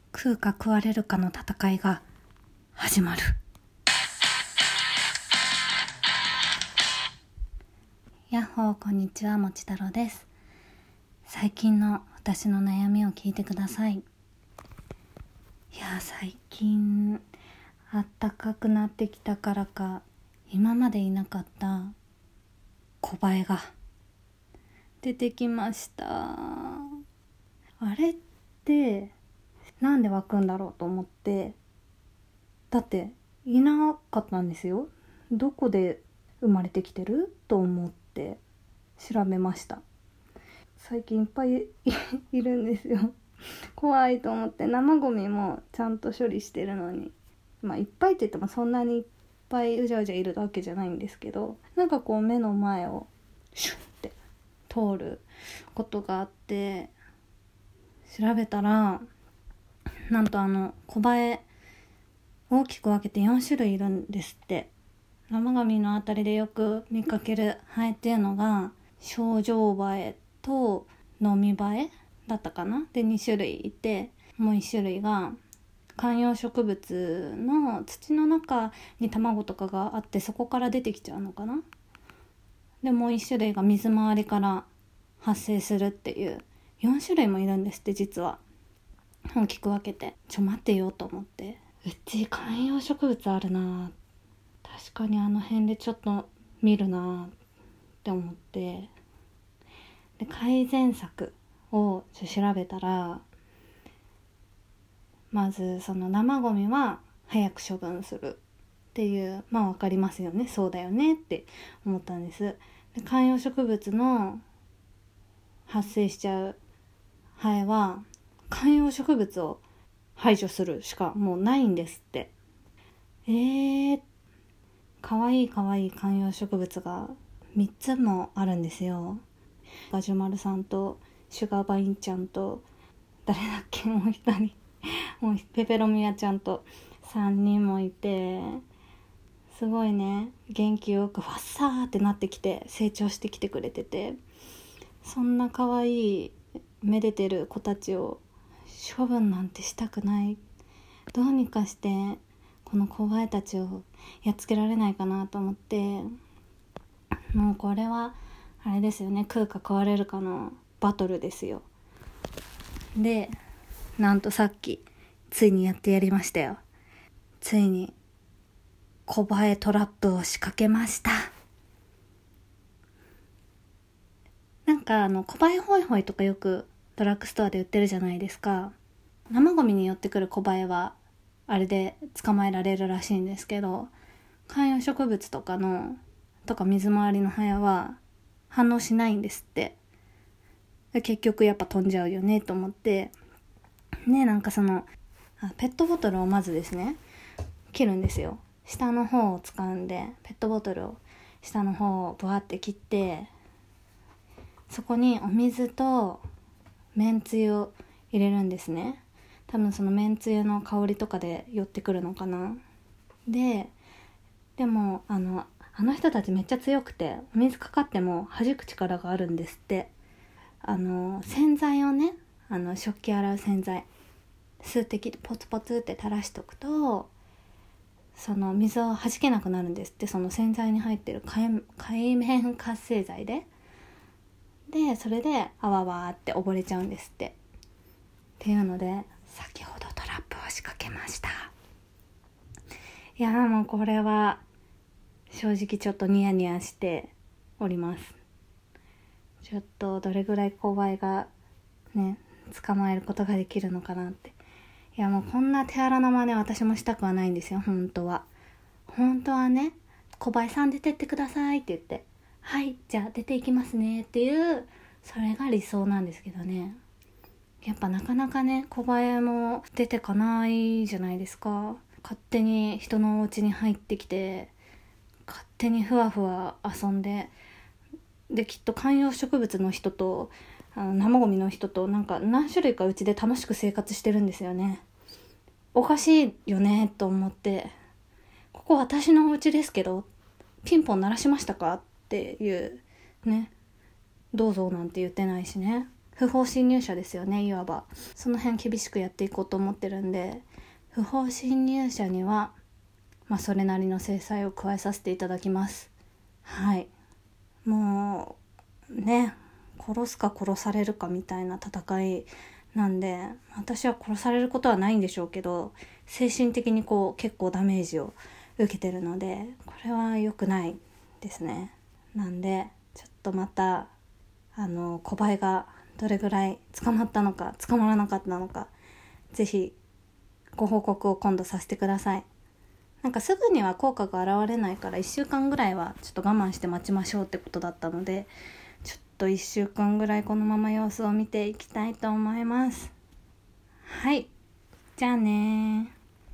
食うか食われるかの戦いが始まる。やっほー、こんにちは、もちたろです。最近の私の悩みを聞いてください。いや、最近暖かくなってきたからか、今までいなかった小バエが出てきました。あれってなんで湧くんだろうと思って、だっていなかったんですよ。どこで生まれてきてると思って調べました。最近いっぱいいるんですよ。怖いと思って。生ゴミもちゃんと処理してるのに、いっぱいって言ってもそんなにいっぱいうじゃうじゃいるわけじゃないんですけど、なんかこう目の前をシュッて通ることがあって、調べたらなんと小バエ大きく分けて4種類いるんですって。生神のあたりでよく見かけるハエっていうのがショウバエとノミバエだったかなで2種類いて、もう1種類が観葉植物の土の中に卵とかがあって、そこから出てきちゃうのかな。でもう1種類が水回りから発生するっていう4種類もいるんですって。実は大きく分けて、待ってよと思って、うち観葉植物あるな、確かにあの辺でちょっと見るなって思って、で改善策を調べたら、まずその生ゴミは早く処分するっていう、分かりますよね、そうだよねって思ったんです。で観葉植物の発生しちゃうハエは観葉植物を排除するしかもうないんですって。かわいい観葉植物が3つもあるんですよ。ガジュマルさんとシュガーバインちゃんと誰だっけ、もう一人もうペペロミアちゃんと3人もいて、すごいね、元気よくファッサーってなってきて成長してきてくれてて、そんな可愛いめでてる子たちを処分なんてしたくない。どうにかしてこの小バエたちをやっつけられないかなと思って、もうこれはあれですよね、食うか食われるかのバトルですよ。で、なんとさっきついにやってやりましたよ。ついに小バエトラップを仕掛けました。なんか小バエホイホイとかよくドラッグストアで売ってるじゃないですか。生ゴミに寄ってくる小バエはあれで捕まえられるらしいんですけど、観葉植物とか水回りのハエは反応しないんですって。結局やっぱ飛んじゃうよねと思って、なんかペットボトルをまずですね、切るんですよ。下の方を掴んで、ペットボトルを下の方をブワって切って、そこにお水とめんつゆを入れるんですね。多分そのめんつゆの香りとかで寄ってくるのかな。でもあの人たちめっちゃ強くて、お水かかっても弾く力があるんですって。洗剤をね、食器洗う洗剤数滴でポツポツって垂らしとくと、その水を弾けなくなるんですって。その洗剤に入ってる界面活性剤でそれであわわって溺れちゃうんですっていうので、先ほどトラップを仕掛けました。いやもうこれは正直ちょっとニヤニヤしております。ちょっとどれぐらい小バエがね捕まえることができるのかなって。いやもうこんな手荒な真似私もしたくはないんですよ。本当はね、小バエさん出てってくださいって言って、はいじゃあ出ていきますねっていう、それが理想なんですけどね。やっぱなかなかね、小バエも出てかないじゃないですか。勝手に人のお家に入ってきて、勝手にふわふわ遊んで、きっと観葉植物の人と生ゴミの人となんか何種類かうちで楽しく生活してるんですよね。おかしいよねと思って、ここ私のお家ですけどピンポン鳴らしましたかっていうね、どうぞなんて言ってないしね。 不法侵入者ですよね、いわば。その辺厳しくやっていこうと思ってるんで、不法侵入者にはそれなりの制裁を加えさせていただきます。はい。もうね、殺すか殺されるかみたいな戦いなんで、私は殺されることはないんでしょうけど、精神的に結構ダメージを受けてるので、これは良くないですね。なんでちょっとまた小バエがどれぐらい捕まったのか捕まらなかったのか、ぜひご報告を今度させてください。なんかすぐには効果が現れないから1週間ぐらいはちょっと我慢して待ちましょうってことだったので、ちょっと1週間ぐらいこのまま様子を見ていきたいと思います。はい、じゃあね。